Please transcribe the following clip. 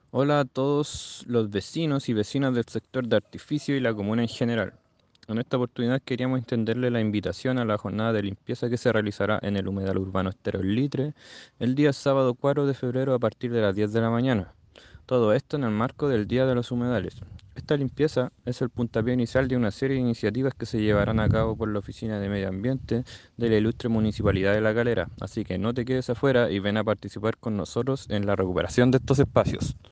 Hola a todos los vecinos y vecinas del sector de artificio y la comuna en general. En esta oportunidad queríamos extenderle la invitación a la jornada de limpieza que se realizará en el humedal urbano Estero El Litre el día sábado 4 de febrero a partir de las 10 de la mañana. Todo esto en el marco del Día de los Humedales. Esta limpieza es el puntapié inicial de una serie de iniciativas que se llevarán a cabo por la Oficina de Medio Ambiente de la Ilustre Municipalidad de La Calera, así que no te quedes afuera y ven a participar con nosotros en la recuperación de estos espacios.